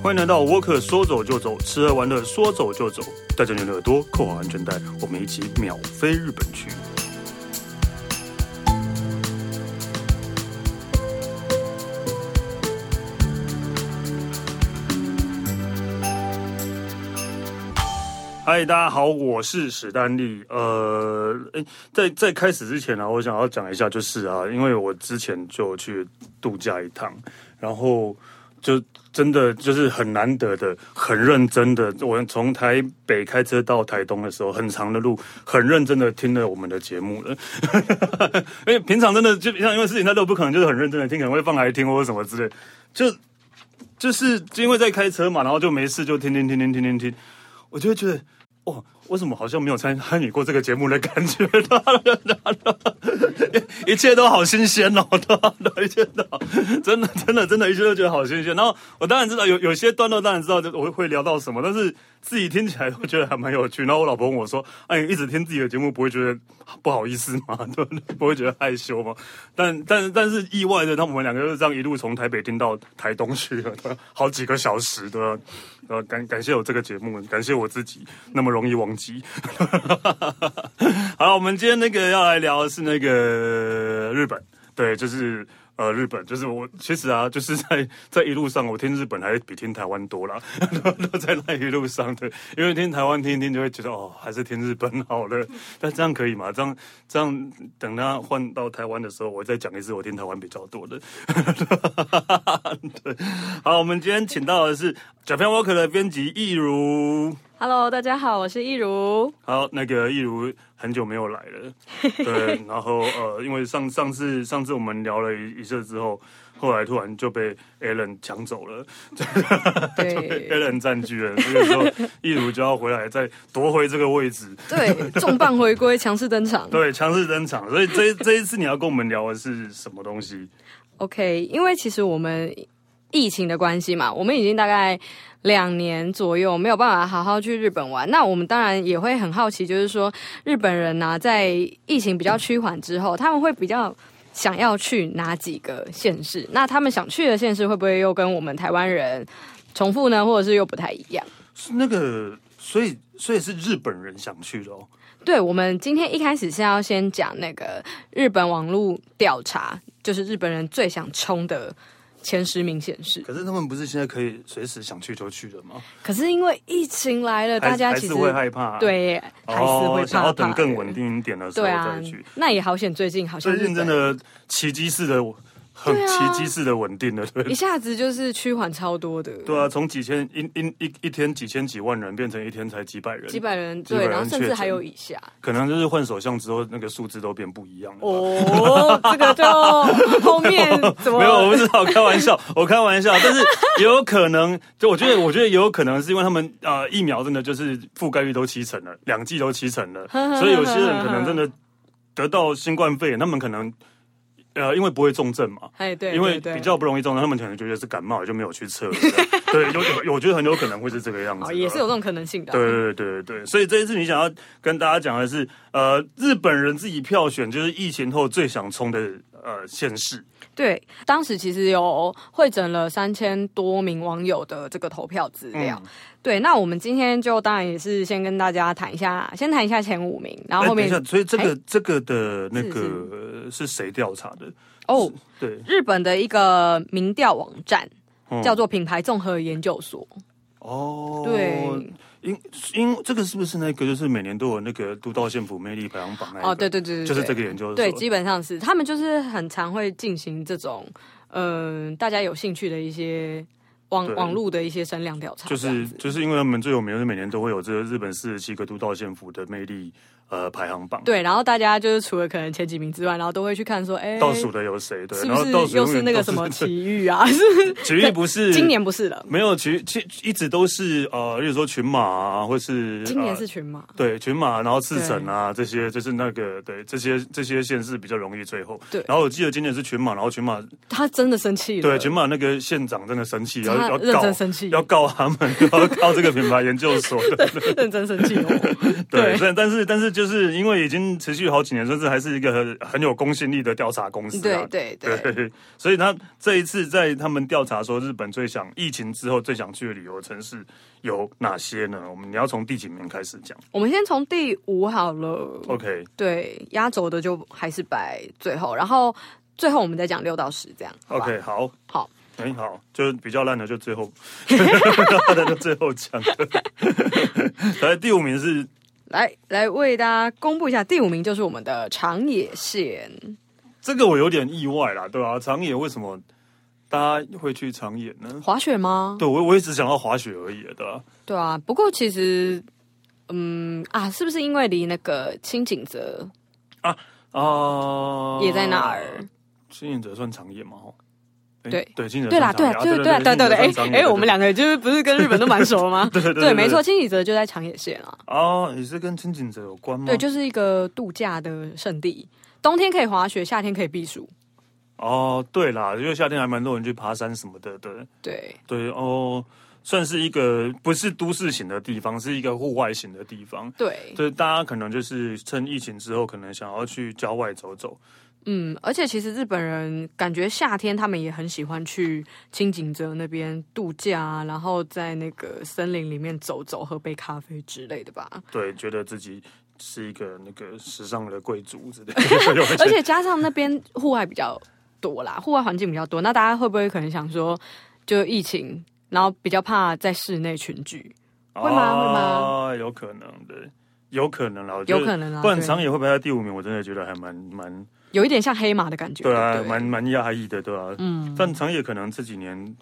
欢迎来到沃克，说走就走，吃喝玩乐说走就走，带着你的耳朵扣好安全带，我们一起秒飞日本去。嗨，大家好，我是史丹利。在开始之前呢，我想要讲一下，就是因为我之前就去度假一趟，然后就真的就是很难得的、很认真的，我从台北开车到台东的时候，很长的路，很认真的听了我们的节目了。因为平常真的就像因为事情太多，不可能就是很认真的听，可能会放来听或者什么之类，就是因为在开车嘛，然后就没事就听，我就会觉得。哦，为什么好像没有参与过这个节目的感觉？一切都好新鲜哦，一切都好，真的，一切都觉得好新鲜。然后我当然知道有些段落，当然知道我会聊到什么，但是自己听起来会觉得还蛮有趣。然后我老婆问我说：“哎，你一直听自己的节目，不会觉得不好意思吗？对不对？不会觉得害羞吗？”但是意外的，我们两个就这样一路从台北听到台东去了，好几个小时，对吧？感谢有这个节目，感谢我自己那么容易忘记。好了，我们今天要来聊的是日本，对，就是日本，就是我其实就是在一路上，我听日本还比听台湾多啦，都在那一路上的，因为听台湾听一听就会觉得还是听日本好了。但这样可以吗？这样等他换到台湾的时候，我再讲一次我听台湾比较多的。对，好，我们今天请到的是 Japan Walker 的编辑易如。 Hello， 大家好，我是易如。 好，易如很久没有来了，对，然后因为上次我们聊了一次之后，后来突然就被 Alan 抢走了，对，Alan 占据了，这个时候易如就要回来再夺回这个位置， 对，重磅回归，强势登场， 对，强势登场。所以这一次你要跟我们聊的是什么东西 ？OK， 因为其实我们疫情的关系嘛，我们已经大概2年左右没有办法好好去日本玩，那我们当然也会很好奇，就是说日本人在疫情比较趋缓之后，他们会比较想要去哪几个县市？那他们想去的县市会不会又跟我们台湾人重复呢，或者是又不太一样？ 是所以是日本人想去的哦。 对，我们今天一开始是要先讲日本网络调查，就是日本人最想冲的前10名县市。 可是他们不是现在可以随时想去就去了吗？ 可是因为疫情来了，大家其实还是会害怕， 对，还是会怕， 想要等更稳定一点的时候再去。 那也好险，最近真的奇迹式的。很奇迹式的稳定的，对， 一下子就是趋缓超多的， 对啊，从几千一天几千几万人变成一天才几百人， 对，然后甚至还有以下， 可能就是换首相之后那个数字都变不一样了。 哦，这个就后面怎么没有？我不知道，我开玩笑，但是也有可能，就我觉得也有可能是因为他们疫苗真的就是覆盖率都70%了，2剂都70%了，所以有些人可能真的得到新冠肺炎，他们可能。因为不会重症嘛， 对， 因为比较不容易重症，他们可能觉得是感冒，也就没有去测。对，我觉得很有可能会是这个样子， 也是有这种可能性的。 对，所以这一次你想要跟大家讲的是，日本人自己票选就是疫情后最想冲的县市。对， 当时其实有汇整了3000多名网友的这个投票资料。对，那我们今天就当然也是先跟大家谈一下前5名，然后后面。 等一下，所以这个的是谁调查的？对， 日本的一个民调网站叫做品牌综合研究所。对。因这个是不是就是每年都有都道县府魅力排行榜对， 就是这个研究所。 对，基本上是他们就是很常会进行这种大家有兴趣的一些网络的一些声量调查， 就是因为他们最有名的每年都会有这个日本47个都道县府的魅力排行榜。 对，然后大家就是除了可能前几名之外，然后都会去看说， 倒数的有谁？对， 是不是又是那个什么奇遇啊？ 奇遇不是， 今年不是了， 没有一直都是例如说群马啊，或是今年是群马， 对，群马，然后赤城啊这些，就是对这些县市比较容易最后。 对， 然后我记得今年是群马，然后群马他真的生气了， 对，群马那个县长真的生气， 要认真生气， 要告他们，要告这个品牌研究所， 认真生气哦。 对，但是就是因为已经持续好几年，甚至还是一个很有公信力的调查公司啊。 对， 所以他这一次在他们调查说日本疫情之后最想去的旅游城市有哪些呢？你要从第几名开始讲？ 我们先从第5好了。 OK， 对，压轴的就还是摆最后，然后最后我们再讲6到10这样。 OK， 好。 好， 好，就比较烂的就最后，烂的就最后讲。来，第5名是来为大家公布一下，第5名就是我们的长野县。 这个我有点意外啦，对吧？长野为什么大家会去长野呢？ 滑雪吗？ 对，我也只想到滑雪而已，对吧？ 对啊，不过其实，是不是因为离那个清景泽也在那儿？ 清景泽算长野吗？ 对， 清景泽对啦，对，我们两个就是不是跟日本都蛮熟吗？对，没错，清景泽就在长野县啊。 哦，也是跟清景泽有关吗？ 对，就是一个度假的圣地，冬天可以滑雪，夏天可以避暑。 哦，对啦，因为夏天还蛮多人去爬山什么的，对哦，算是一个不是都市型的地方，是一个户外型的地方。 对， 就是大家可能就是趁疫情之后，可能想要去郊外走走。 而且其实日本人感觉夏天他们也很喜欢去清景泽那边度假，然后在那个森林里面走走，喝杯咖啡之类的吧。 对，觉得自己是一个那个时尚的贵族之类的。 而且加上那边户外比较多啦，户外环境比较多，那大家会不会可能想说，就疫情，然后比较怕在室内群聚，会吗？ 有可能的，有可能啦， 有可能啦。 不然长野会排在第5名，我真的觉得还蛮。 有一点像黑马的感觉， 对啊，蛮压抑的，对啊。但长野可能这几年，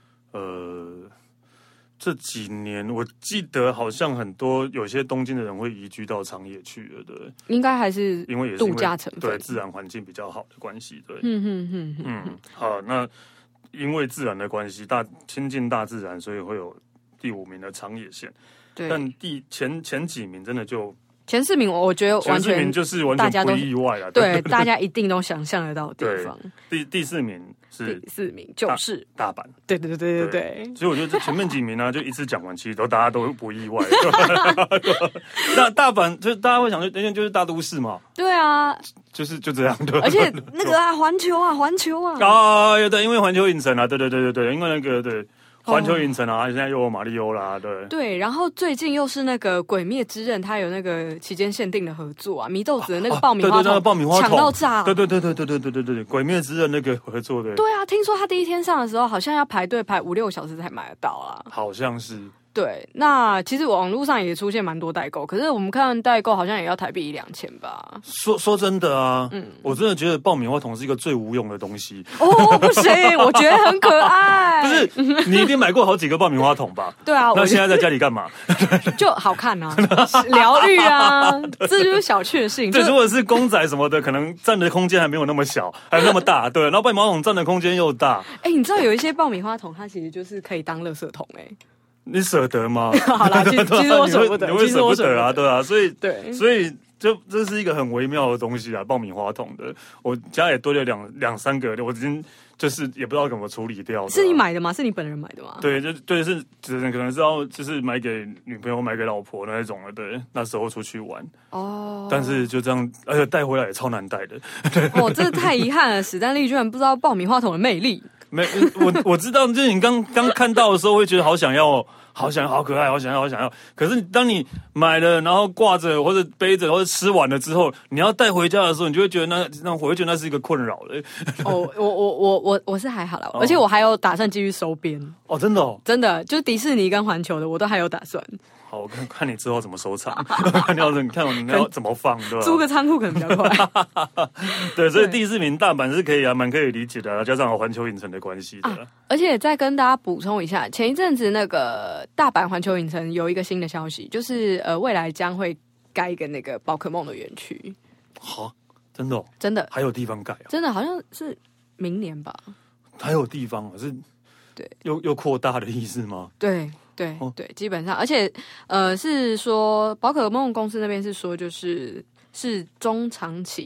我记得好像很多有些东京的人会移居到长野去了，对。 应该还是因为度假成分， 对自然环境比较好的关系，对。好，那因为自然的关系，亲近大自然，所以会有第5名的长野县。 对， 但前几名真的就。 前4名，我觉得完全就是完全不意外了。 对，大家一定都想象得到的地方。 第4名是第4名就是大阪。 对。 所以我觉得这前面几名呢，就一次讲完，其实大家都不意外。大阪就是大家会想说，就是大都市嘛。 对啊， 就这样的。 而且那个环球啊。 对，因为环球影城啊，对，因为那个对。环球影城啊，现在又有马里欧啦， 对，然后最近又是那个《鬼灭之刃》，它有那个期间限定的合作啊，祢豆子的那个爆米花筒，抢到炸， 对，《鬼灭之刃》那个合作的， 对啊，听说他第一天上的时候，好像要排队排5-6个小时才买得到啊， 好像是。 对，那其实网络上也出现蛮多代购，可是我们看代购好像也要台币1-2千吧。 说真的啊，我真的觉得爆米花筒是一个最无用的东西。 哦，不行，我觉得很可爱。 不是，你一定买过好几个爆米花筒吧？ 对啊， 那现在在家里干嘛？ 就好看啊，疗愈啊，这就是小趣的事情。 对，如果是公仔什么的，可能占的空间还没有那么小，还有那么大。对，然后爆米花筒占的空间又大。 你知道有一些爆米花筒，它其实就是可以当垃圾桶你舍得吗？ 好啦，其实我舍不得， 你会舍不得啊，对啊，所以就这是一个很微妙的东西啊，爆米花筒的，我家也堆了两三个，我已经就是也不知道怎么处理掉。 是你买的吗？是你本人买的吗？ 对，是可能是要就是买给女朋友、买给老婆那种的，对，那时候出去玩哦。但是就这样，而且带回来也超难带的。 这太遗憾了，史丹利居然不知道爆米花筒的魅力。 我知道，就是你刚看到的时候，会觉得好想要，好可爱，好想要。可是当你买了，然后挂着或者背着或者吃完了之后，你要带回家的时候，你就会觉得我会觉得那是一个困扰了。 我是还好啦，而且我还有打算继续收编。 哦，真的哦， 真的，就是迪士尼跟环球的，我都还有打算。 好，我看你之后怎么收藏，看你要怎么放，对吧？ 租个仓库可能比较快。 对，所以第4名大阪是可以蛮可以理解的，加上有环球影城的关系的。 而且再跟大家补充一下，前一阵子那个大阪环球影城有一个新的消息，就是未来将会盖一个那个宝可梦的园区。 好，真的哦， 真的还有地方盖， 真的好像是明年吧？ 还有地方是？对，又扩大的意思吗？ 对，基本上，而且是说宝可梦公司那边是说，就是中长期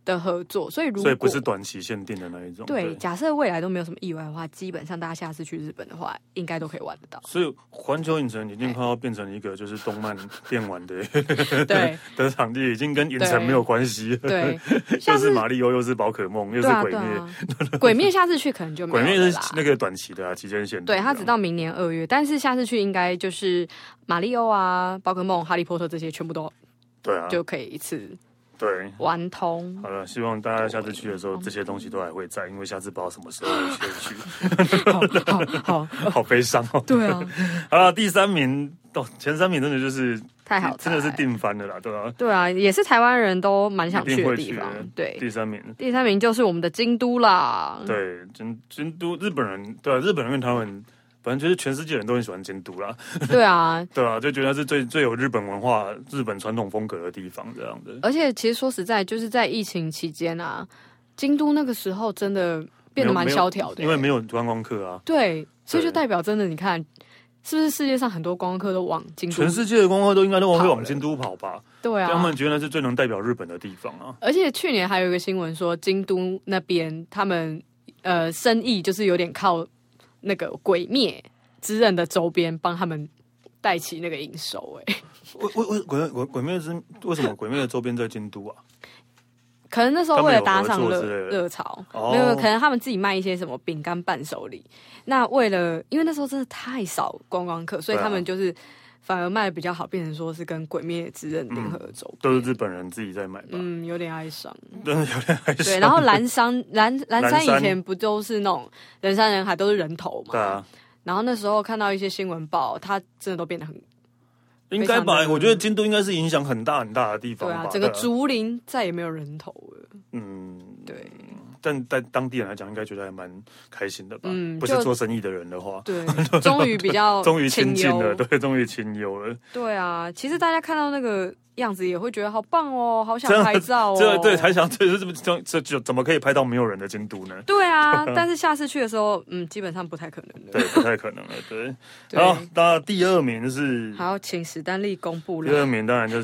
的合作，所以不是短期限定的那一种。 对，假设未来都没有什么意外的话，基本上大家下次去日本的话，应该都可以玩得到。 所以环球影城已经快要变成一个就是动漫电玩的对的场地，已经跟影城没有关系了。 对， 又是马里奥，又是宝可梦，又是鬼灭。 鬼灭下次去可能就没有了啦。 鬼灭是那个短期的期间限定， 对，它只到明年2月，但是下次去应该就是马里奥啊、宝可梦、哈利波特这些全部都对啊， 就可以一次。 对， 玩通好了，希望大家下次去的时候，这些东西都还会在，因为下次不知道什么时候会去。好悲伤哦。 对啊， 好了，第3名前3名真的就是太好， 真的是定番的啦，对吧？ 对啊，也是台湾人都蛮想去的地方。对， 第3名， 第3名就是我们的京都啦。 对，京都日本人，对啊，日本人跟他们。反正就是全世界人都很喜欢京都啦， 对啊， 对啊，就觉得是最有日本文化、日本传统风格的地方，这样的。 而且其实说实在，就是在疫情期间啊，京都那个时候真的变得蛮萧条的， 因为没有观光客啊。 对，所以就代表真的，你看，是不是世界上很多观光客都往京都？ 全世界的观光客都应该都会往京都跑吧？ 对啊， 他们觉得是最能代表日本的地方啊。 而且去年还有一个新闻说，京都那边他们生意就是有点靠那个鬼灭之刃的周边帮他们带起那个营收。 鬼灭是为什么鬼灭的周边在京都啊？ 可能那时候为了搭上热潮，没有，可能他们自己卖一些什么饼干伴手礼。那因为那时候真的太少观光客，所以他们就是反而卖的比较好，变成说是跟鬼灭之刃联合的周边， 都是日本人自己在买吧。 有点哀伤， 真的有点哀伤。 对，然后蓝山以前不都是那种人山人海，都是人头嘛？ 对啊。 然后那时候看到一些新闻报，它真的都变得很应该吧？我觉得京都应该是影响很大很大的地方吧。 对啊，整个竹林再也没有人头了。对。 但在当地人来讲，应该觉得还蛮开心的吧？不是做生意的人的话， 对，终于比较终于亲近了，对，终于亲友了。 对啊，其实大家看到那个样子也会觉得好棒哦，好想拍照哦。 对，还想这怎么可以拍到没有人的京都呢？ 对啊，但是下次去的时候，基本上不太可能了。 对，不太可能了。对。好，那第2名是， 好，请史丹利公布了。 第2名当然就是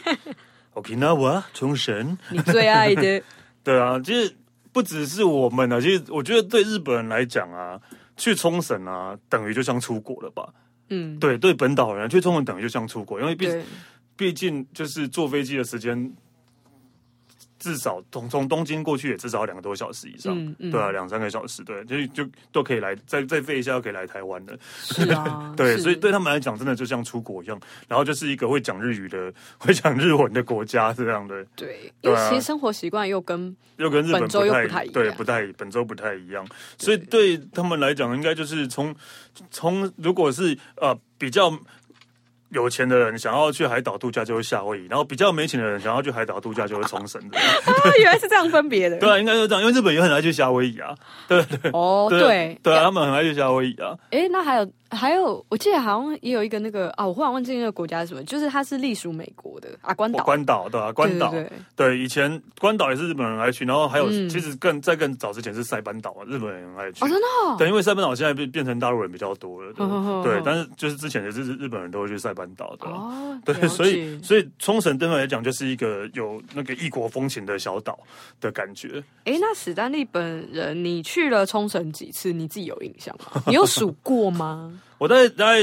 Okinawa 冲绳， 你最爱的。 对啊，其实不只是我们啊，其实我觉得对日本人来讲啊，去冲绳啊，等于就像出国了吧？对本岛人去冲绳等于就像出国，因为毕竟就是坐飞机的时间。至少从东京过去也至少2个多小时以上，对啊，2-3个小时，对，就都可以来，再飞一下就可以来台湾了。 是啊， 对，所以对他们来讲，真的就像出国一样，然后就是一个会讲日语的、会讲日文的国家这样的。 对，因为其实生活习惯又跟日本本州又不太一样， 对，本州不太一样，所以对他们来讲，应该就是从如果是比较。有钱的人想要去海岛度假就会夏威夷，然后比较没钱的人想要去海岛度假就会冲绳的。 原来是这样分别的。 对啊，应该是这样，因为日本也很爱去夏威夷啊。对。 哦，对啊，他们很爱去夏威夷啊。 那还有，我记得好像也有一个那个我忽然忘记那个国家是什么，就是它是隶属美国的关岛。 关岛对啊，关岛对，以前关岛也是日本人爱去，然后还有其实更早之前是塞班岛啊，日本人很爱去。 真的。 对，因为塞班岛现在变成大陆人比较多了。对，但是就是之前也是日本人都会去塞班岛的。对，所以冲绳对他来讲就是一个有那个异国风情的小岛的感觉。 那史丹利本人，你去了冲绳几次？你自己有印象吗？你有数过吗？ 我大概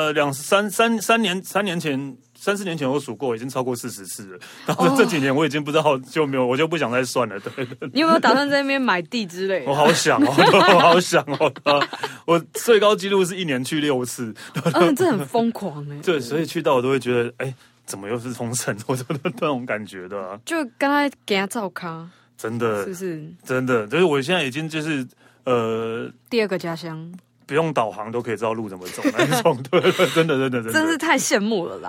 3-4年前我数过，已经超过40次了。然后这几年我已经不知道就没有，我就不想再算了。对。 你有没有打算在那边买地之类的？ 我好想哦，我好想哦。我最高纪录是1年去6次。 这很疯狂哎。 对，所以去到我都会觉得，怎么又是冲绳？我真的那种感觉的啊。 就刚才给他照咖。 真的， 是不是？ 真的，就是我现在已经就是第2个家乡。 不用导航都可以知道路怎么走那一种，对，真的， 真是太羡慕了啦。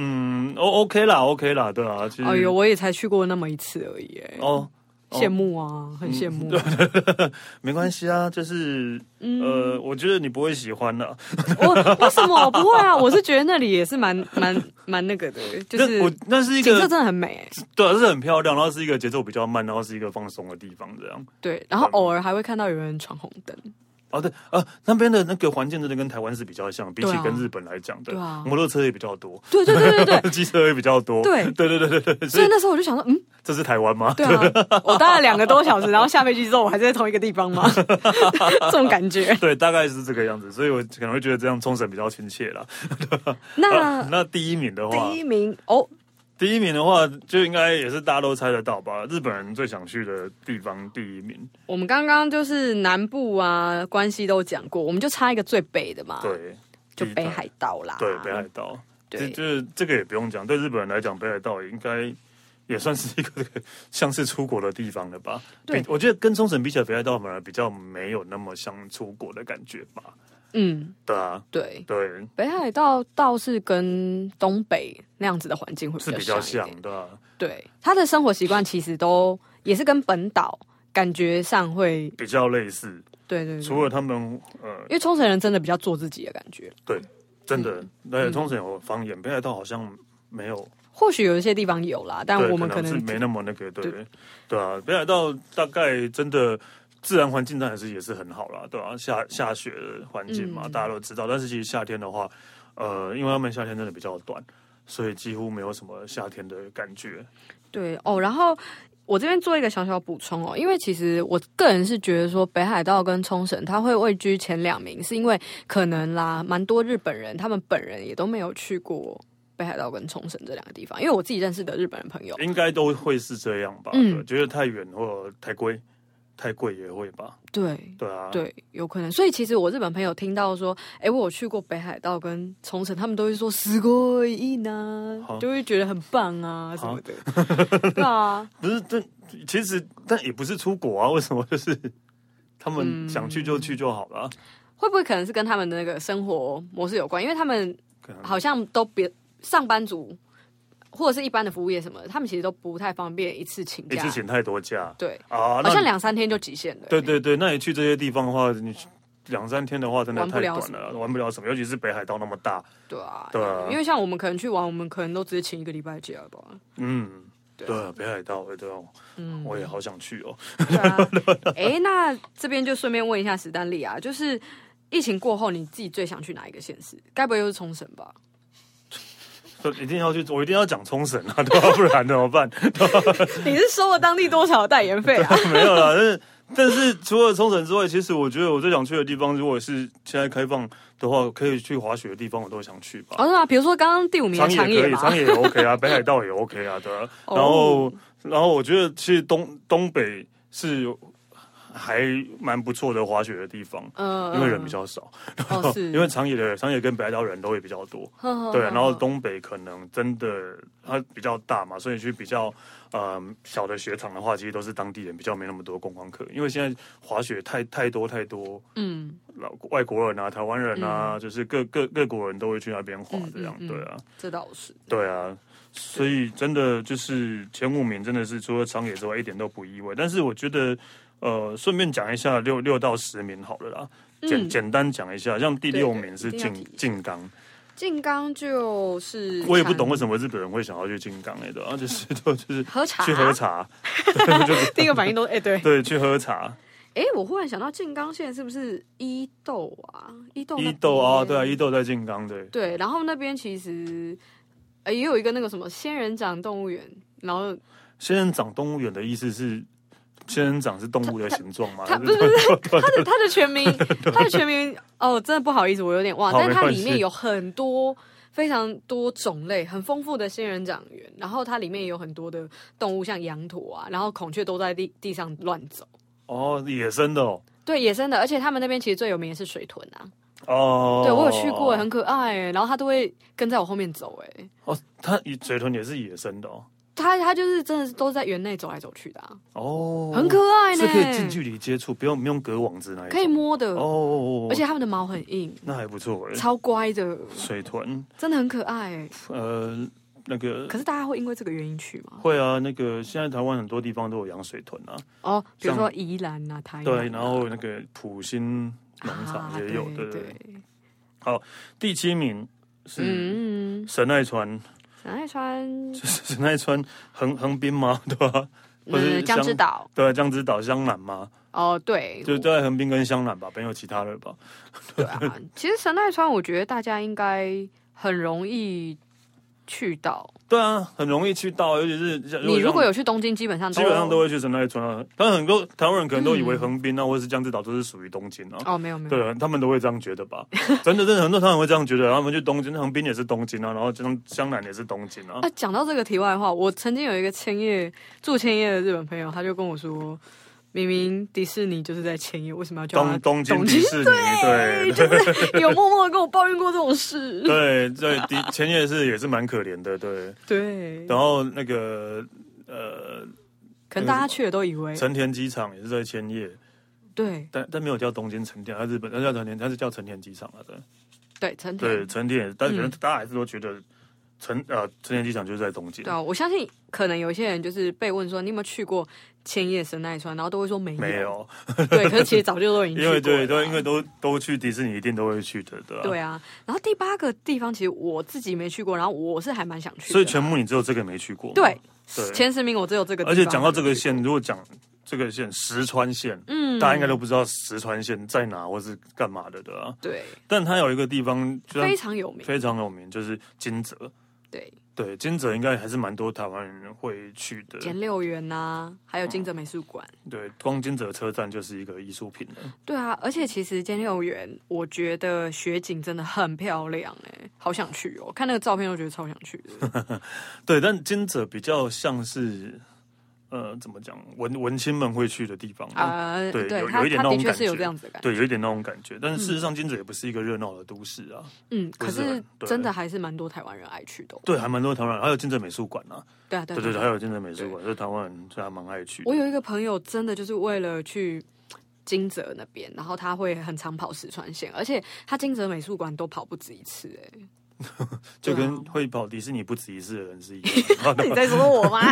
OK 啦，对啊。 哎呦，我也才去过那么1次而已，羡慕啊，很羡慕。 没关系啊，就是我觉得你不会喜欢的。 为什么不会啊？我是觉得那里也是蛮那个的，就是那是一个景色真的很美， 对，是很漂亮，然后是一个节奏比较慢，然后是一个放松的地方，这样。 对，然后偶尔还会看到有人闯红灯。 哦，对那边的那个环境真的跟台湾是比较像，比起跟日本来讲的，摩托车也比较多， 对， 机车也比较多，对， 所以那时候我就想说， 这是台湾吗？ 对啊，我搭了2个多小时，然后下飞机之后，我还是在同一个地方吗？这种感觉， 对，大概是这个样子，所以我可能会觉得这样冲绳比较亲切啦。那第一名的话，第一名的话，就应该也是大家都猜得到吧？日本人最想去的地方第一名。 我们刚刚就是南部啊，关西都讲过，我们就差一个最北的嘛。 对， 就北海道啦。 对，北海道。对，就是这个也不用讲，对日本人来讲，北海道应该也算是一个像是出国的地方了吧？对，我觉得跟冲绳比起来，北海道反而比较没有那么像出国的感觉吧。对啊， 对， 北海道倒是跟东北那样子的环境会是比较像，对啊， 对，他的生活习惯其实都也是跟本岛感觉上会比较类似， 对， 除了他们因为冲绳人真的比较做自己的感觉， 对，真的，而且冲绳有方言，北海道好像没有， 或许有一些地方有啦，但我们可能是没那么那个，对啊，北海道大概真的。自然环境当然也是很好啦，对吧？下雪的环境嘛，大家都知道。但是其实夏天的话，因为他们夏天真的比较短，所以几乎没有什么夏天的感觉。 对哦，然后我这边做一个小小补充哦，因为其实我个人是觉得说北海道跟冲绳它会位居前2名，是因为可能啦，蛮多日本人他们本人也都没有去过北海道跟冲绳这2个地方，因为我自己认识的日本人朋友应该都会是这样吧？觉得太远或太贵也会吧？对啊， 对，有可能。所以其实我日本朋友听到说，我有去过北海道跟冲绳，他们都会说すごいな，就会觉得很棒啊什么的。对啊， 不是其实但也不是出国啊，为什么就是他们想去就去就好了？ 会不会可能是跟他们的那个生活模式有关？因为他们好像都上班族。或者是一般的服务业什么的，他们其实都不太方便一次请假， 一次请太多假。 对啊，好像2-3天就极限了。 对，那你去这些地方的话，你2-3天的话，真的太短了，玩不了什么。尤其是北海道那么大。对啊， 因为像我们可能去玩，我们可能都直接请1个礼拜假吧。 对，北海道，对哦，我也好想去哦。 那这边就顺便问一下史丹利啊，就是疫情过后，你自己最想去哪一个县市？该不会又是冲绳吧？ 一定要去，我一定要讲冲绳啊，对吧？不然怎么办？ 你是收了当地多少的代言费啊？ 没有啦，但是除了冲绳之外，其实我觉得我最想去的地方，如果是现在开放的话，可以去滑雪的地方，我都想去吧。 是吗？比如说刚刚第5名的长野长野也 OK 啊，北海道也 OK 啊，对吧？然后我觉得其实东北是还蛮不错的滑雪的地方，因为人比较少，因为长野跟北海道人都会比较多，对，然后东北可能真的它比较大嘛，所以去比较小的雪场的话，其实都是当地人，比较没那么多观光客，因为现在滑雪太多，外国人啊、台湾人啊，就是各国人都会去那边滑，这样，对啊， 这倒是， 对啊。所以真的就是前5名真的是除了长野之外一点都不意外，但是我觉得顺便讲一下6到10名好了啦，简单讲一下，像第6名是静冈。 静冈就是我也不懂为什么日本人会想要去静冈对吧？就是喝茶， 去喝茶， 第一个反应都对，去喝茶。 我忽然想到静冈县是不是伊豆啊？伊豆啊，对啊，伊豆在静冈， 对，然后那边其实也有一个那个什么仙人掌动物园，然后仙人掌动物园的意思是仙人掌是动物的形状吗？ 不是，它的全名真的不好意思，我有点忘，但是它里面有很多非常多种类，很丰富的仙人掌园，然后它里面也有很多的动物，像羊驼啊，然后孔雀都在地上乱走。 野生的哦。 对，野生的，而且他们那边其实最有名的是水豚啊。 对我有去过，很可爱，然后它都会跟在我后面走它水豚也是野生的哦。 它就是真的是都在园内走来走去的很可爱呢， 是可以近距离接触，不用隔网子那一种， 可以摸的而且它们的毛很硬， 那还不错超乖的水豚， 真的很可爱那个， 可是大家会因为这个原因去吗？ 会啊，那个现在台湾很多地方都有养水豚啊。 比如说宜兰啊、台南对，然后那个埔心农场也有，对。好，第7名是神奈川。神奈川横滨吗？对吧？或者江之岛？ 对，江之岛、香南吗？ 哦，对， 就在横滨跟香兰吧，没有其他的吧？ 对啊，其实神奈川我觉得大家应该很容易去到。 对啊，很容易去到，尤其是你如果有去东京，基本上都会去神奈川啊。但很多台湾人可能都以为横滨啊，或者是江之岛都是属于东京啊。 哦，没有没有， 对，他们都会这样觉得吧？真的很多台湾人会这样觉得，他们去东京，横滨也是东京啊，然后香兰也是东京啊。 讲到这个题外话，我曾经有一个住千叶的日本朋友，他就跟我说。明明迪士尼就是在千叶，为什么要叫它东京迪士尼？对， 就是有默默的跟我抱怨过这种事。 对，千叶也是蛮可怜的，对。 对。 然后那个可能大家去了都以为成田机场也是在千叶， 对， 但没有叫东京成田，它日本叫成田，它是叫成田机场啊，对。 对，成田。 对，成田，但可能大家还是都觉得成田机场就是在东京。 对啊，我相信可能有些人就是被问说你有没有去过千叶神奈川，然后都会说没有。对，可是其实早就都已经去过了。 因为都去迪士尼一定都会去的，对吧？ 对啊。然后第8个地方其实我自己没去过，然后我是还蛮想去的。 所以全部你只有这个没去过。 对，前10名我只有这个地方。 而且讲到这个线，如果讲这个线石川县，大家应该都不知道石川县在哪或是干嘛的，对吧？ 对。 但它有一个地方非常有名， 非常有名，就是金泽。对，金泽应该还是蛮多台湾人会去的。 兼六园啊，还有金泽美术馆。 对，光金泽车站就是一个艺术品了。 对啊，而且其实兼六园，我觉得雪景真的很漂亮好想去哦！看那个照片都觉得超想去的。 对，但金泽比较像是。怎么讲？文青们会去的地方对，有一点那种感觉， 有这样子的感觉， 对，有一点那种感觉。但是事实上，金泽也不是一个热闹的都市啊。 可是真的还是蛮多台湾人爱去的。 对，还蛮多台湾人，还有金泽美术馆啊。 对， 还有金泽美术馆，所以台湾人还蛮爱去的。 我有一个朋友，真的就是为了去金泽那边，然后他会很常跑石川县，而且他金泽美术馆都跑不止一次就跟会跑迪士尼不止一次的人是一样的。 你在说我吗？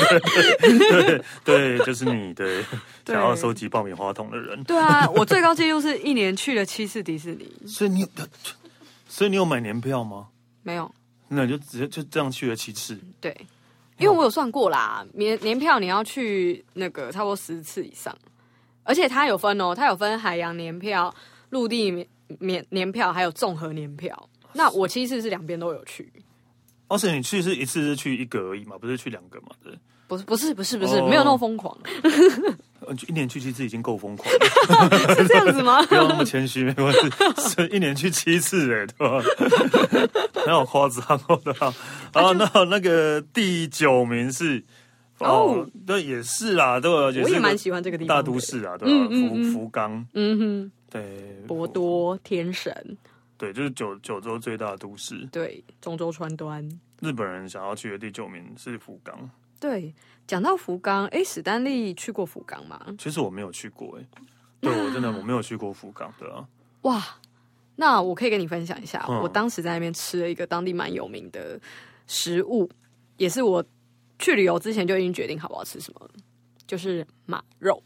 对，就是你，对，想要收集爆米花筒的人。 对啊，我最高纪录是1年去了7次迪士尼。 所以你有买年票吗？ 没有， 那就直接就这样去了7次。 对，因为我有算过啦，年票你要去那个差不多10次以上，而且它有分哦，它有分海洋年票、陆地年票，还有综合年票。那我7次是2边都有去。 所以你去是一次是去1个而已嘛，不是去2个嘛？对， 不是，没有那么疯狂。 1年去7次已经够疯狂了。 是这样子吗？ 不要那么谦虚，没关系。是1年去7次对吧？很好夸张的。好，那个第9名是对，也是啦，对吧？ 我也蛮喜欢这个地方， 大都市啊，对吧？福冈，对， 博多、天神。 对，就是九州最大的都市。 对，中州川端。 日本人想要去的第9名是福冈。 对，讲到福冈，史丹利去过福冈吗？ 其实我没有去过，对，我没有去过福冈的啊。 哇，那我可以跟你分享一下，我当时在那边吃了一个当地蛮有名的食物，也是我去旅游之前就已经决定好不好吃什么，就是马肉。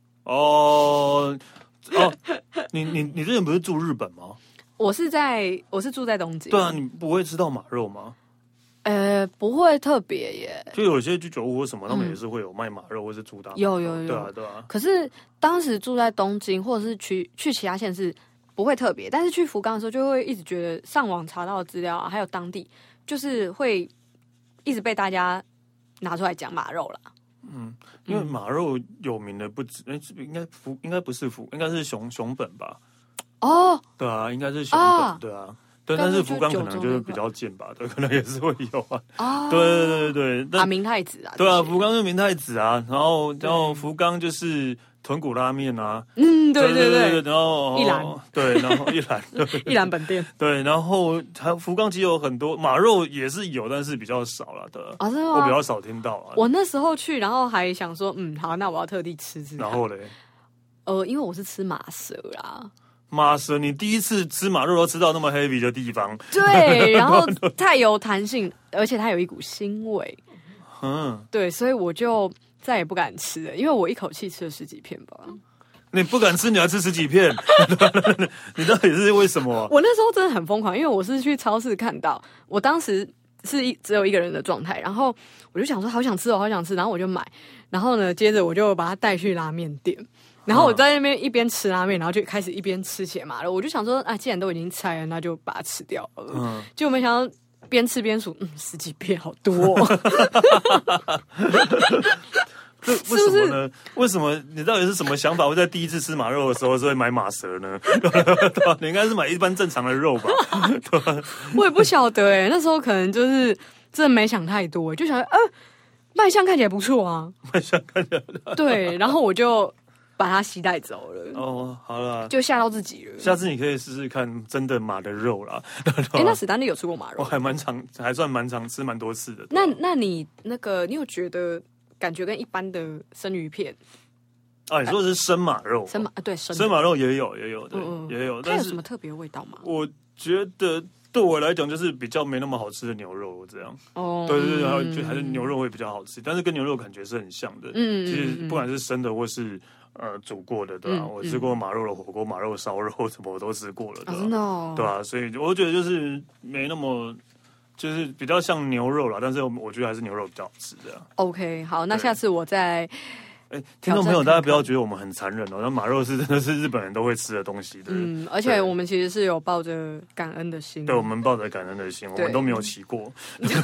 你之前不是住日本吗？ 我是住在东京。 对啊，你不会吃到马肉吗？ 不会特别耶。 就有些居酒屋或什么，他们也是会有卖马肉或是猪大马肉。 有。 对啊。 可是当时住在东京，或者是去其他县市不会特别，但是去福冈的时候就会一直觉得上网查到的资料啊，还有当地就是会一直被大家拿出来讲马肉啦。 因为马肉有名的不止，应该不是应该是熊本吧？对啊，应该是熊本，对啊。对，但是福冈可能就是比较近吧，对，可能也是会有啊。对， 明太子啊， 对啊，福冈是明太子啊，然后福冈就是豚骨拉面啊， 对， 然后一兰， 对，然后一兰， 一兰本店， 对，然后福冈其实有很多马肉也是有，但是比较少了的，我比较少听到啊。 我那时候去，然后还想说，好，那我要特地吃。 然后嘞， 因为我是吃马舌啦。 马舌，你第一次吃马肉都吃到那么 heavy 的地方， 对，然后太有弹性，而且它有一股腥味，对，所以我就再也不敢吃了，因为我一口气吃了10几片吧。 你不敢吃，你还吃10几片，你到底是为什么？ 我那时候真的很疯狂，因为我是去超市看到，我当时是只有一个人的状态，然后我就想说好想吃，然后我就买，然后呢，接着我就把它带去拉面店。 然后我在那边一边吃拉面，然后就开始一边吃起来马肉。我就想说，既然都已经拆了，那就把它吃掉了。结果没想到边吃边数，10几片，好多哦。 这为什么呢？为什么你到底是什么想法？会在第一次吃马肉的时候是会买马舌呢？你应该是买一般正常的肉吧？ 我也不晓得那时候可能就是真的没想太多，就想卖相看起来不错啊， 卖相看起来对，然后我就把它携带走了。 哦，好了， 就吓到自己了。 下次你可以试试看真的马的肉啦。 那史丹利有吃过马肉？ 我还算蛮常吃蛮多次的。 那你你有觉得感觉跟一般的生鱼片？ 你说的是生马肉？ 对， 生马肉也有，对，也有。 它有什么特别的味道吗？ 我觉得对我来讲就是比较没那么好吃的牛肉这样。对，然后就还是牛肉会比较好吃，但是跟牛肉感觉是很像的。其实不管是生的或是煮过的，对吧？我吃过马肉的火锅、马肉烧肉什么我都吃过了，对吧？ 真的哦， 对吧？所以我觉得就是没那么。就是比较像牛肉啦，但是我觉得还是牛肉比较好吃的。 OK， 好，那下次我再。 听众朋友，大家不要觉得我们很残忍哦。那马肉是真的是日本人都会吃的东西的。 而且我们其实是有抱着感恩的心。 对，我们抱着感恩的心，我们都没有骑过。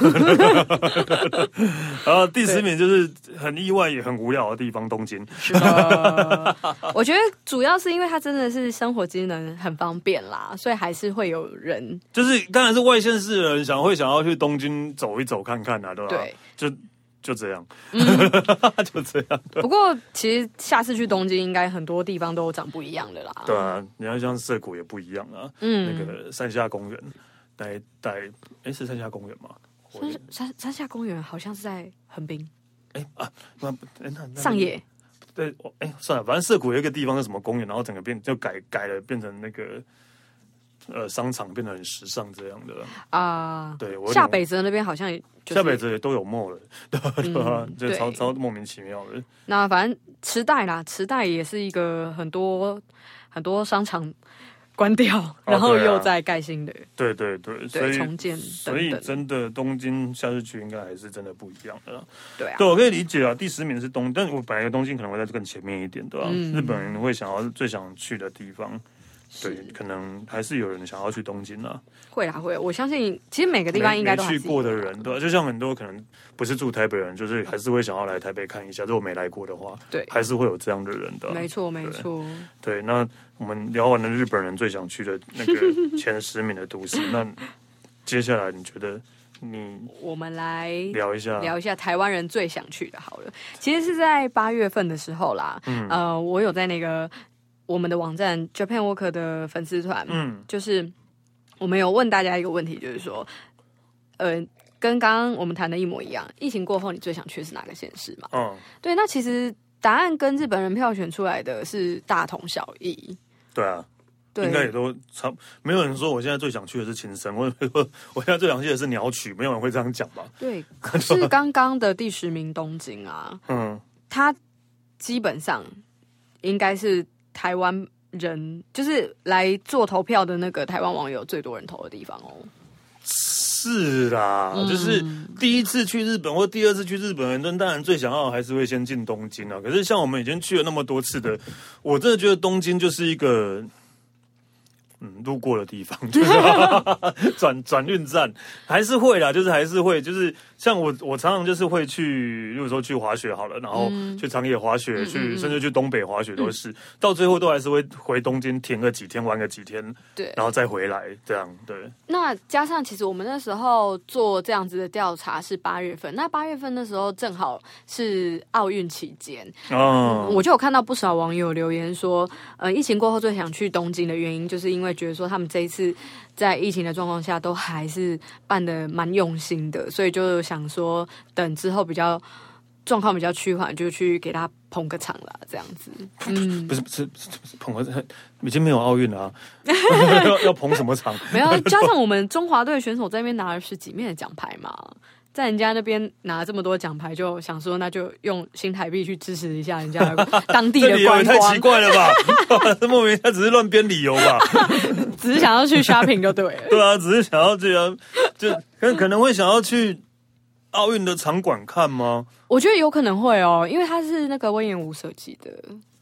然后第10名就是很意外也很无聊的地方，东京。 是的，我觉得主要是因为它真的是生活机能很方便啦，所以还是会有人。 就是当然是外县市的人会想要去东京走一走看看啊，对吧？对。就这样，就这样。 不过其实下次去东京，应该很多地方都长不一样的啦。 对啊，你要像涩谷也不一样啊。那个山下公园，是山下公园吗？ 山下公园好像是在横滨。 那上野。 对，算了，反正涩谷有一个地方是什么公园，然后整个改了，变成那个。商场变得很时尚这样的对， 下北泽那边好像下北泽也都有 mall 了，对吧？就超莫名其妙的。 那反正池袋也是一个很多商场关掉，然后又在盖新的， 对，所以重建等等。 所以真的东京下次去应该还是真的不一样的。 对， 我可以理解啊。第10名是但我本来东京可能会在更前面一点，对吧？日本人会最想去的地方。对，可能还是有人想要去东京啊。 会，我相信，其实每个地方应该都没去过的人，对，就像很多可能不是住台北人，就是还是会想要来台北看一下。如果没来过的话， 对， 还是会有这样的人的。 没错。 对，那我们聊完了日本人最想去的那个前10名的都市，那接下来你觉得我们来聊一下台湾人最想去的好了。其实是在8月份的时候啦，我有在那个。我们的网站 Japan Walker 的粉丝团，就是我们有问大家一个问题，就是说，跟刚刚我们谈的一模一样，疫情过后你最想去的是哪个县市嘛？对，那其实答案跟日本人票选出来的是大同小异。 对啊，应该也都差，没有人说我现在最想去的是青森，我现在最想去的是鸟取，没有人会这样讲吧？ 对，可是刚刚的第10名东京啊，它基本上应该是。台湾人就是来做投票的那个台湾网友最多人投的地方哦。 是啦，就是第一次去日本或第2次去日本的人，当然最想要的还是会先进东京啊。可是像我们已经去了那么多次的，我真的觉得东京就是一个。路过的地方，就是转运站，还是会啦，就是还是会，就是像我常常就是会去，如果说去滑雪好了，然后去长野滑雪，甚至去东北滑雪都是，到最后都还是会回东京停个几天，玩个几天， 对， 然后再回来，这样对。 那加上其实我们那时候做这样子的调查是8月份，那8月份那时候正好是奥运期间，我就有看到不少网友留言说，疫情过后最想去东京的原因，就是因为觉得说他们这一次在疫情的状况下都还是办得蛮用心的，所以就想说等之后状况比较趋缓，就去给他捧个场啦，这样子。 不是捧个场，已经没有奥运了啊，要捧什么场？ 没有，加上我们中华队选手在那边拿了10几面的奖牌嘛。在人家那边拿这么多奖牌，就想说那就用新台币去支持一下人家当地的观光。 这理由也太奇怪了吧？这莫名他只是乱编理由吧？ 只是想要去 shopping 就对了。 对啊，只是想要这样，就可能会想要去奥运的场馆看吗？ 我觉得有可能会哦，因为它是那个温彦武设计的。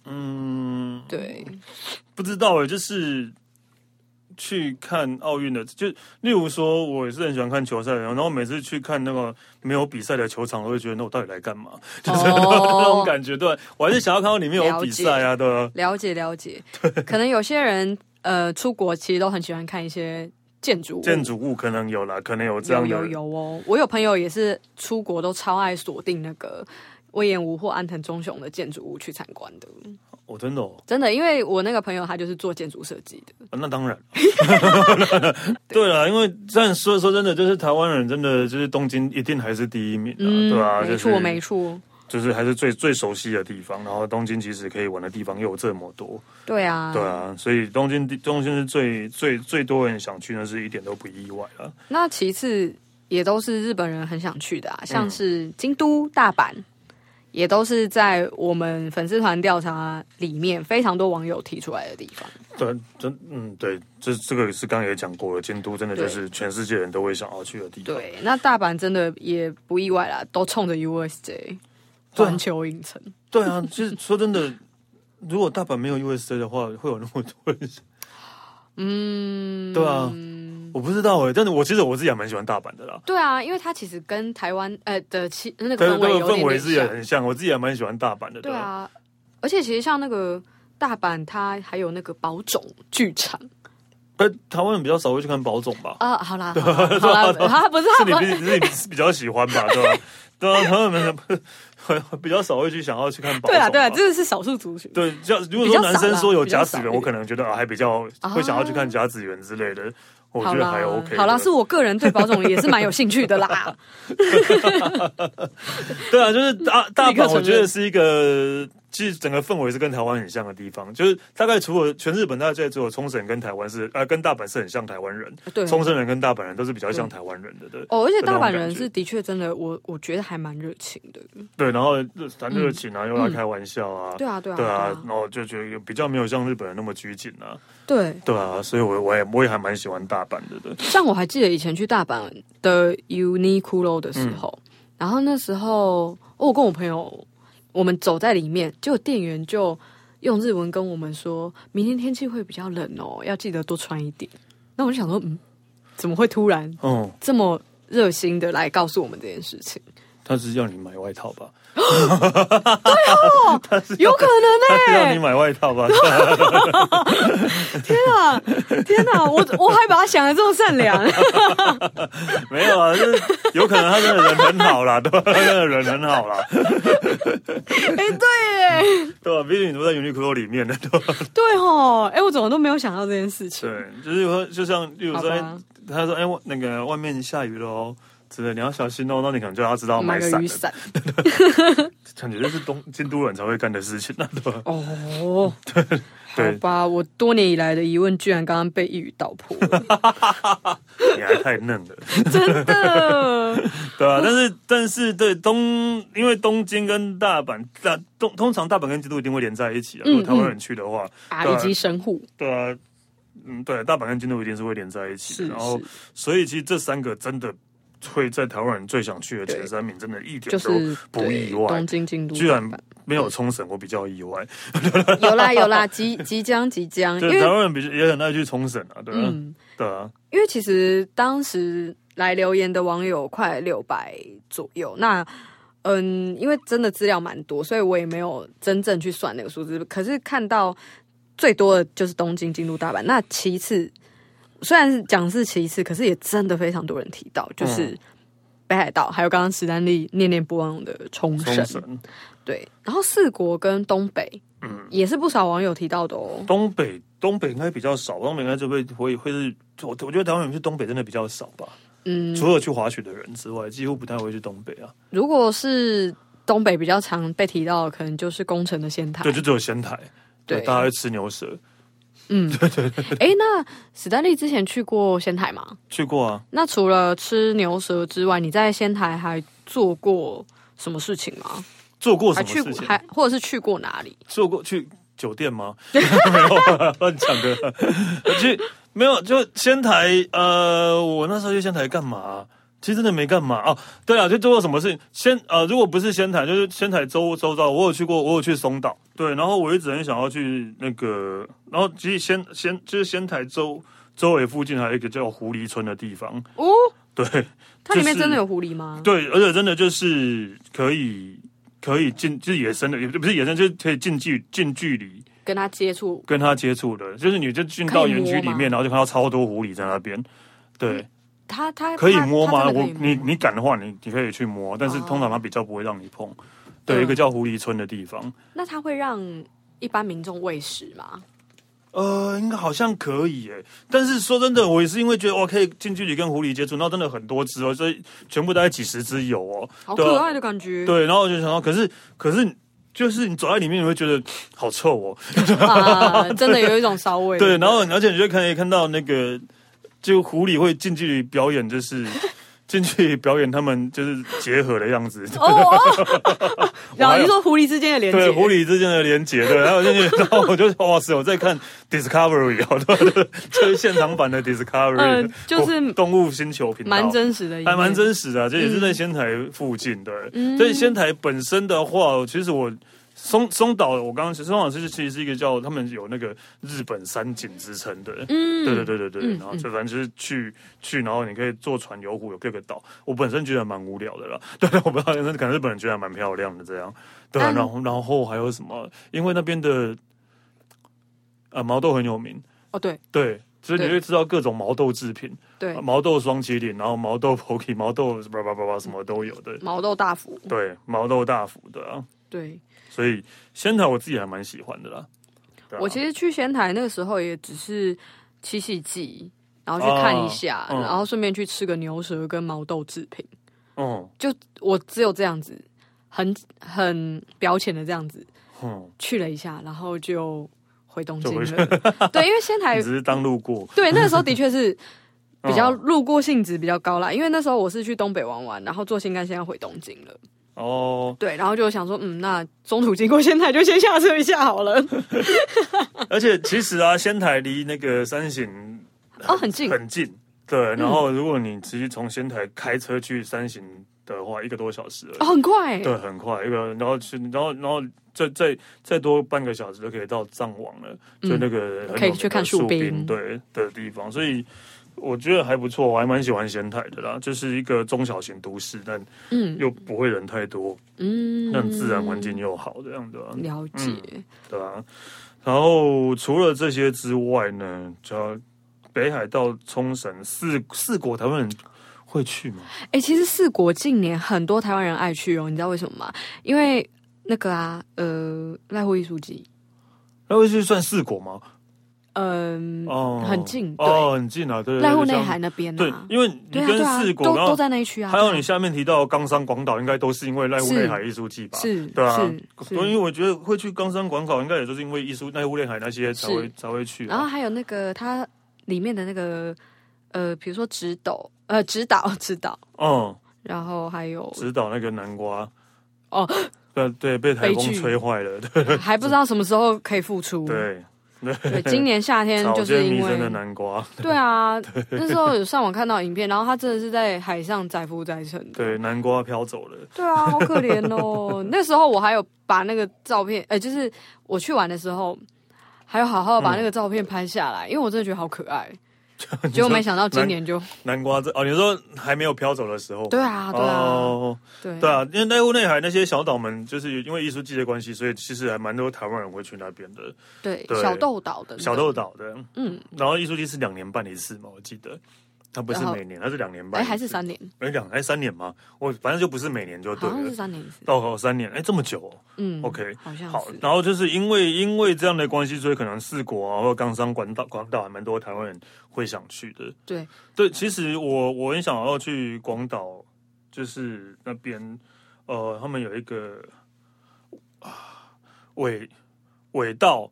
对， 不知道就是去看奥运的，就例如说，我也是很喜欢看球赛的，然后每次去看那个没有比赛的球场，我会觉得那我到底来干嘛？就是那种感觉，对，我还是想要看到里面有比赛啊，对吧？ 了解，可能有些人出国其实都很喜欢看一些建筑物可能有啦，可能有这样的有哦。我有朋友也是出国都超爱锁定那个隈研吾或安藤忠雄的建筑物去参观的。 哦，真的哦， 真的，因为我那个朋友他就是做建筑设计的。 那当然，对啦，因为但说真的，就是台湾人真的就是东京一定还是第一名啊，对吧？ 没错。 就是还是最熟悉的地方，然后东京其实可以玩的地方又有这么多， 对啊， 所以东京是最多人想去的，是一点都不意外啊。 那其次也都是日本人很想去的啊，像是京都、大阪，也都是在我们粉丝团调查里面非常多网友提出来的地方。 对，对，这个是刚刚也讲过了，京都真的就是全世界人都会想要去的地方。 对，那大阪真的也不意外啦，都冲着 USJ。环球影城， 对啊，其实说真的，如果大阪没有 USJ 的话，会有那么多人。对啊，我不知道但是其实我自己还蛮喜欢大阪的啦。 对啊，因为它其实跟台湾的那个氛围是也很像，我自己还蛮喜欢大阪的。 对啊，而且其实像那个大阪，它还有那个宝冢剧场。 台湾人比较少会去看宝冢吧？ 好啦，他不是你比较喜欢吧？对吧？对啊，台湾人比较少会去想要去看宝冢。 对啊，这是少数族群。 对，如果说男生说有甲子园，我可能觉得还比较会想要去看甲子园之类的。我觉得还 OK。 好啦，是我个人对宝冢也是蛮有兴趣的啦。 对啊，就是大阪，我觉得是一个，其实整个氛围是跟台湾很像的地方。就是大概除了全日本，大概只有冲绳跟台湾跟大阪是很像台湾人。对，冲绳人跟大阪人都是比较像台湾人的。对， 而且大阪人是的确真的，我觉得还蛮热情的。 对，然后热情啊，又来开玩笑啊。 对啊， 然后就觉得比较没有像日本人那么拘谨啊。 对啊，所以我也还蛮喜欢大阪的。对， 像我还记得以前去大阪的 Uniqlo 的时候，然后那时候我跟我朋友，我们走在里面，结果店员就用日文跟我们说，明天天气会比较冷哦，要记得多穿一点。那我就想说，怎么会突然这么热心的来告诉我们这件事情？ 他是要你买外套吧？ 对哦，有可能要你买外套吧？ 天哪！我还把他想的这么善良。 没有啊，就是有可能他真的人很好啦，对吧？他真的人很好啦。 对， 对吧？毕竟你都在 Uniqlo 里面的，对吧？ 对哦，我怎么都没有想到这件事情。 对，就是说，就像例如说，他说，那个外面下雨了哦。之类，你要小心哦。那你可能就要知道买个雨伞， 感觉就是京都人才会干的事情啊，对吧？ 哦，对，好吧，我多年以来的疑问居然刚刚被一语道破了。 你还太嫩了， 真的。 对啊，但是对因为东京跟大阪，通常大阪跟京都一定会连在一起啊。如果台湾人去的话， 以及神户， 对啊，对，大阪跟京都一定是会连在一起的。然后，所以其实这三个真的。会在台湾人最想去的前3名，真的一点都不意外。 东京、京都居然没有冲绳，我比较意外。 有啦，即将。 因为台湾人也很爱去冲绳啊，对啊，对啊。 因为其实当时来留言的网友快600左右，那因为真的资料蛮多，所以我也没有真正去算那个数字。可是看到最多的就是东京、京都、大阪，那其次。虽然是讲是其次，可是也真的非常多人提到，就是北海道，还有刚刚史丹利念念不忘的冲绳。对，然后4国跟东北，也是不少网友提到的哦。 东北应该比较少，东北应该就会是，我觉得台湾人去东北真的比较少吧。除了去滑雪的人之外，几乎不太会去东北啊。 如果是东北比较常被提到的，可能就是宫城的仙台， 对，就只有仙台，对，大家会吃牛舌。 对。那史丹利之前去过仙台吗？ 去过啊。 那除了吃牛舌之外，你在仙台还做过什么事情吗？ 做过什么事情？ 或者是去过哪里？ 去酒店吗？没有乱讲的。没有，就仙台。我那时候去仙台干嘛？ 其实真的没干嘛哦。对啊，就做过什么事情？如果不是仙台，就是仙台周遭，我有去过，我有去松岛。对，然后我一直很想要去那个，然后其实就是仙台周围附近还有一个叫狐狸村的地方。 哦， 对， 它里面真的有狐狸吗？ 对，而且真的就是可以近，就是野生的，也不是野生，就是可以近距离跟它接触的，就是你就进到园区里面，然后就看到超多狐狸在那边。对， 它可以摸吗？你敢的话，你可以去摸，但是通常它比较不会让你碰。对，一个叫狐狸村的地方。 那它会让一般民众喂食吗？ 应该好像可以耶，但是说真的，我也是因为觉得哇，可以近距离跟狐狸接触，然后真的很多只哦，所以全部大概几十只有哦， 好可爱的感觉。 对，然后我就想到，可是就是你走在里面，你会觉得好臭哦， 真的有一种骚味。 对，然后而且你就可以看到那个，就狐狸会近距离表演，就是进去表演他们就是结合的样子。 然后你说狐狸之间的连接， 对，狐狸之间的连接，对，然后进去，然后我就哇塞，我在看 Discovery 对，就是现场版的 Discovery， 就是动物星球频道， 蛮真实的， 还蛮真实的，这也是在仙台附近，对，所以仙台本身的话，其实我。松岛，我刚刚松岛其实是一个叫他们有那个日本三景之称的，对，然后就反正就是去，然后你可以坐船游湖，有各个岛。我本身觉得蛮无聊的啦，对，我不知道，可能日本人觉得还蛮漂亮的这样，对啊，然后还有什么？因为那边的毛豆很有名哦，对， 所以你会知道各种毛豆制品， 对， 毛豆双麒麟，然后毛豆 Pocky， 毛豆什么都有的， 毛豆大福， 对，毛豆大福的啊， 对。 所以仙台我自己还蛮喜欢的啦。 我其实去仙台那个时候也只是七夕祭，然后去看一下，然后顺便去吃个牛舌跟毛豆制品。就我只有这样子，很表浅的这样子，去了一下，然后就回东京了。对，因为仙台只是当路过。 对，那个时候的确是比较路过性质比较高啦，因为那时候我是去东北玩，然后坐新干线要回东京了。对，然后就想说，那中途经过仙台就先下车一下好了。 而且其实啊，仙台离那个山形很近， 对。然后如果你直接从仙台开车去山形的话，1个多小时了， 很快， 对，很快。然后再多半个小时就可以到藏王了，就那个可以去看树冰对的地方，所以。我觉得还不错，我还蛮喜欢仙台的啦，就是一个中小型都市，但又不会人太多，但自然环境又好这样的。 了解， 对啊。然后除了这些之外呢，就北海道、冲绳、四国，台湾人会去吗？ 其实四国近年很多台湾人爱去哦，你知道为什么吗？因为那个濑户艺术季， 濑户艺术算四国吗？ 很近， 很近啊，对， 濑户内海那边啊， 对，因为你跟四国都在那一区啊， 还有你下面提到冈山广岛，应该都是因为濑户内海艺术季吧？ 是， 对啊，所以我觉得会去冈山广岛，应该也就是因为濑户内海那些才会去。 然后还有那个它里面的那个比如说直岛，然后还有直岛那个南瓜，对，被台风吹坏了，对， 还不知道什么时候可以复出， 对， 今年夏天就是因为的南瓜， 对啊，那时候有上网看到影片，然后他真的是在海上载浮载沉的， 对，南瓜飘走了， 对啊，好可怜哦。那时候我还有把那个照片，就是我去玩的时候，还有好好把那个照片拍下来，因为我真的觉得好可爱。结果没想到今年就南瓜你说还没有飘走的时候， 对啊，对啊，因为濑户内海那些小岛们，就是因为艺术季的关系，所以其实还蛮多台湾人会去那边的。 对，小豆岛的， 然后艺术季是2年办一次嘛，我记得。它不是每年，它是2年半， 还是3年？ 还3年吗？反正就不是每年就对了， 好像是3年一次。 3年，这么久哦。OK， 好像好。然后就是因为这样的关系，所以可能四国啊，或者冈山、广岛还蛮多台湾人会想去的。对，其实我很想要去广岛，就是那边他们有一个尾道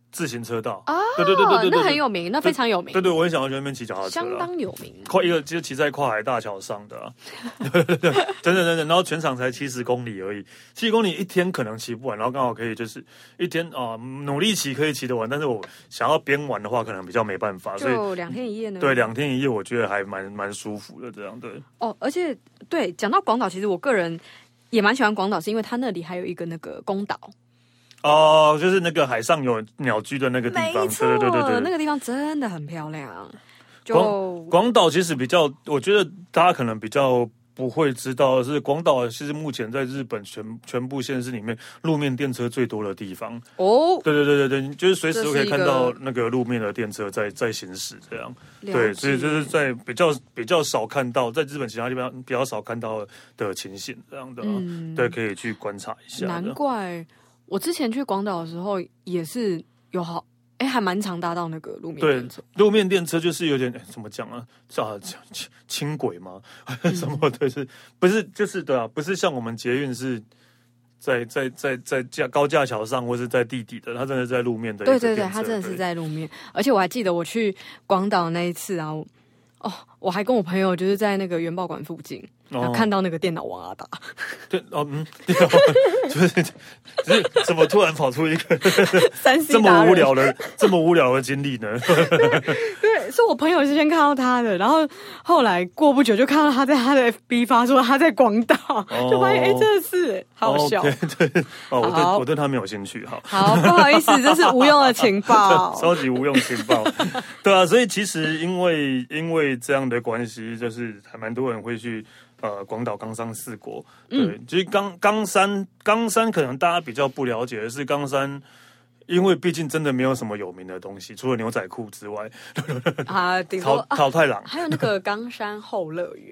自行车道啊， 对， 那很有名，那非常有名。 对，我很想要去那边骑脚踏车， 相当有名。 就骑在跨海大桥上的啊，对，真的，然后全长才70公里而已，70公里一天可能骑不完，然后刚好可以就是一天努力骑可以骑得完，但是我想要边玩的话，可能比较没办法，所以就2天1夜呢？ 对，2天1夜，我觉得还蛮舒服的，这样对。 而且对，讲到广岛，其实我个人也蛮喜欢广岛，是因为它那里还有一个那个宫岛。 就是那个海上有鸟居的那个地方， 没错，对，那个地方真的很漂亮。 广岛其实比较，我觉得大家可能比较不会知道的是，广岛其实目前在日本全部县市里面路面电车最多的地方。对，就是随时都可以看到那个路面的电车在行驶这样。对，所以就是在比较少看到，在日本其他地方比较少看到的情形这样的，对，可以去观察一下。 难怪。我之前去广岛的时候也是有还蛮常搭到那个路面电车。 对，路面电车就是有点怎么讲啊？轻轨吗？什么的是不是就是对啊？不是像我们捷运是在高架桥上或是在地底的，它真的在路面的。 对，它真的是在路面。而且我还记得我去广岛那一次啊，我还跟我朋友就是在那个原爆馆附近。然后看到那个电脑王阿达， 对就是怎么突然跑出一个这么无聊的经历呢？ 对，是我朋友先看到他的，然后后来过不久就看到他在他的 FB 发说他在广岛，就发现真的是好笑。 对，我对他没有兴趣。 好，不好意思，这是无用的情报， 超级无用情报。对啊，所以其实因为这样的关系，就是还蛮多人会去。广岛、冈山4国，对，其实冈山可能大家比较不了解的是冈山，因为毕竟真的没有什么有名的东西，除了牛仔裤之外，桃太郎， 还有那个冈山后乐园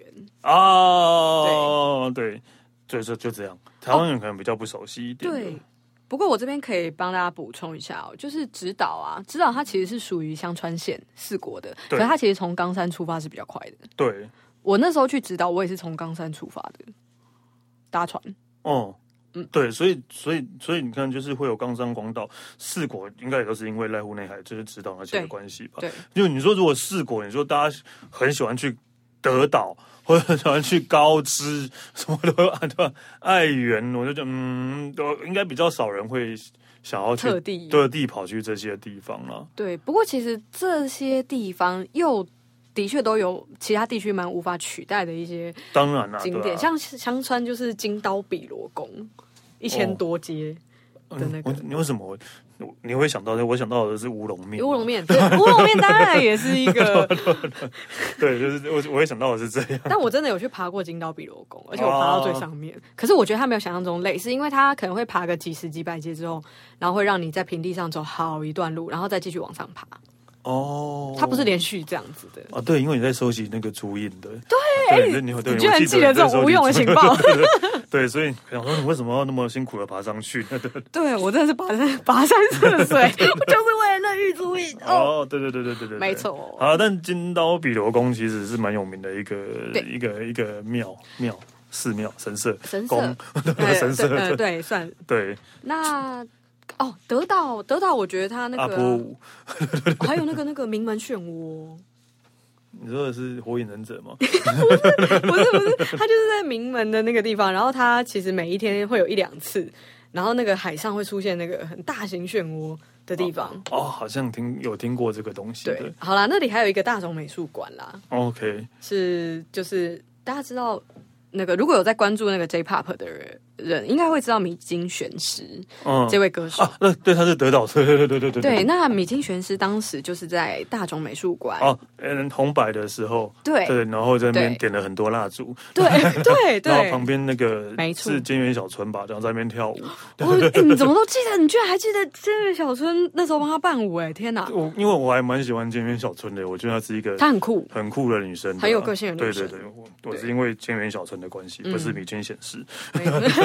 对，就这样，台湾人可能比较不熟悉一点。 对，不过我这边可以帮大家补充一下就是直岛它其实是属于香川县4国的，可是它其实从冈山出发是比较快的。 对。 我那时候去直岛，我也是从冈山出发的，搭船。 对，所以你看，就是会有冈山、广岛4国，应该也都是因为濑户内海就是直岛那些的关系吧？ 对， 因为你说如果4国，你说大家很喜欢去德岛，或者很喜欢去高知什么的，爱媛，我就觉得应该比较少人会想要去特地跑去这些地方了。 对，不过其实这些地方又。的确都有其他地区蛮无法取代的一些当然啦景点，像香川就是金刀比罗宫1000多街的那个。 你为什么你会想到？我想到的是乌龙面。 乌龙面当然也是一个对，就是我会想到的是这样。 但我真的有去爬过金刀比罗宫，而且我爬到最上面。可是我觉得它没有想象中累，是因为它可能会爬个几十几百阶之后，然后会让你在平地上走好一段路，然后再继续往上爬。它不是连续这样子的对，因为你在收集那个足印的， 对，你居然记得这种无用的情报， 对，所以想说你为什么要那么辛苦的爬上去？ 对，我真的是跋山涉水，我就是为了那玉足印。 对， 没错。 好，但金刀比罗宫其实是蛮有名的一个庙寺庙神社宫神社， 对，算对。 那。德岛，我觉得它那个阿波舞， 还有那个名门漩涡。 你说的是火影忍者吗？ 不是，它就是在名门的那个地方，然后它其实每一天会有1-2次，然后那个海上会出现那个很大型漩涡的地方。 好像有听过这个东西。 对，好啦，那里还有一个大冢美术馆啦。 OK， 就是大家知道那个如果有在关注那个 J-Pop 的人应该会知道米津玄师这位歌手对，他是德岛，对。 那米津玄师当时就是在大冢美术馆红白的时候，对，然后在那边点了很多蜡烛， 对， 然后旁边那个没错是菅原小春吧，然后在那边跳舞。 你怎么都记得？你居然还记得菅原小春那时候帮他伴舞？天哪！ 因为我还蛮喜欢菅原小春的，我觉得她是一个她很酷的女生， 很有个性的女生。 对，我是因为菅原小春的关系，不是米津玄师。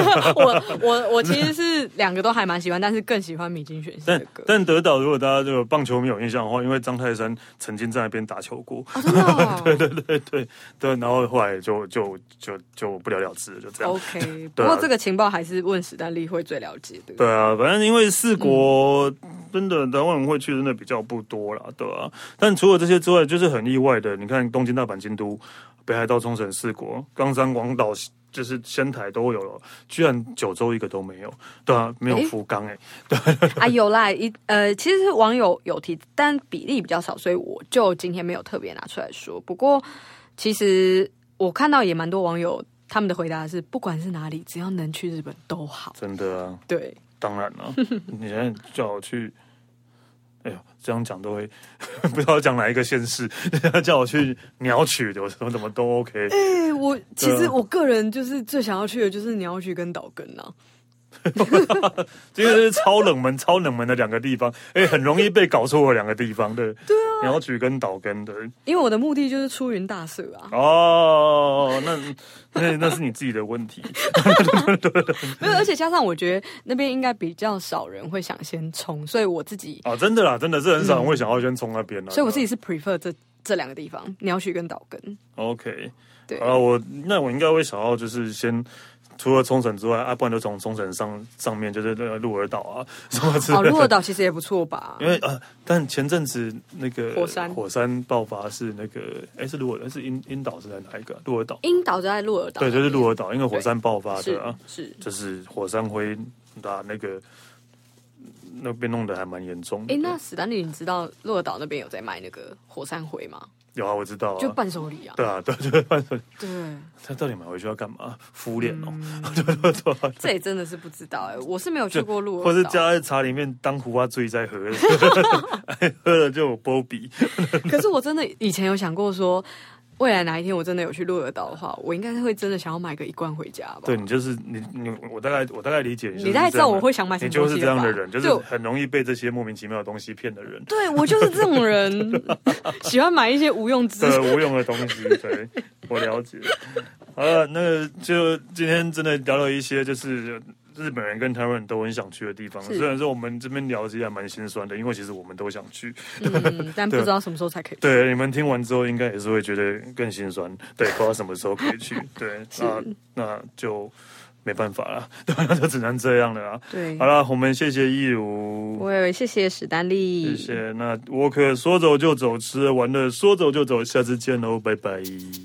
我其实是两个都还蛮喜欢，但是更喜欢米津玄师的歌。 但德岛如果大家这个棒球没有印象的话，因为张泰山曾经在那边打球过， 哦，真的、哦， 对，然后后来就不了了之了，就这样。 OK， 不过这个情报还是问史丹利会最了解的。 对啊，反正因为四国真的台湾人会去真的比较不多啦，对啊。但除了这些之外，就是很意外的，你看东京、大阪、京都、北海道、冲绳四国、冈山、广岛。就是仙台都有了，居然九州一个都没有，对啊，没有福冈对啊有啦，其实网友有提，但比例比较少，所以我就今天没有特别拿出来说。不过其实我看到也蛮多网友他们的回答是，不管是哪里，只要能去日本都好。 真的啊， 对， 当然了，你现在叫我去。哎呦，这样讲都会不知道讲哪一个县市，叫我去鸟取的，我说怎么都 OK。 我其实我个人就是最想要去的就是鸟取跟岛根啊。 因为这是超冷门的两个地方，很容易被搞错的两个地方，对。 对啊， 鸟取跟岛根的。 因为我的目的就是出云大社啊。 哦，那是你自己的问题。 没有，而且加上我觉得那边应该比较少人会想先冲，所以我自己真的啦，真的是很少人会想要先冲那边啦。 所以我自己是 prefer 这两个地方，鸟取跟岛根。 OK， 对好了，我应该会想要就是先。除了冲绳之外，不然就从冲绳上面就是那个鹿儿岛啊什么之类的。 鹿儿岛其实也不错吧？ 因为但前阵子那个火山爆发是那个是鹿儿是樱岛是在哪一个？鹿儿岛。 樱岛就在鹿儿岛。 对，就是鹿儿岛，因为火山爆发的啊， 是就是火山灰把那边弄得还蛮严重的。 那史丹利，你知道鹿儿岛那边有在卖那个火山灰吗？ 有啊，我知道啊， 就伴手礼啊。 对啊，对，就是伴手礼。 对， 他到底买回去要干嘛？敷脸哦。 这也真的是不知道我是没有去过鹿儿岛， 或是加在茶里面当胡花醉在喝，喝了就有波比。 可是我真的以前有想过说，未来哪一天我真的有去鹿儿岛的话，我应该会真的想要买个1罐回家吧。 对，你就是你，我大概理解你大概知道我会想买什么东西， 你就是这样的人，就是很容易被这些莫名其妙的东西骗的人。 对，我就是这种人，喜欢买一些无用之无用的东西。对，我了解。好了，那就今天真的聊了一些，就是日本人跟台湾人都很想去的地方。虽然说我们这边聊其实还蛮心酸的，因为其实我们都想去， 但不知道什么时候才可以去。 对，你们听完之后应该也是会觉得更心酸。对，不知道什么时候可以去。对，那就没办法了，那就只能这样了啊。 对， 好了，我们谢谢一如， 我以为谢谢史丹利， 谢谢。那沃克说走就走，吃了玩了说走就走，下次见喽，拜拜。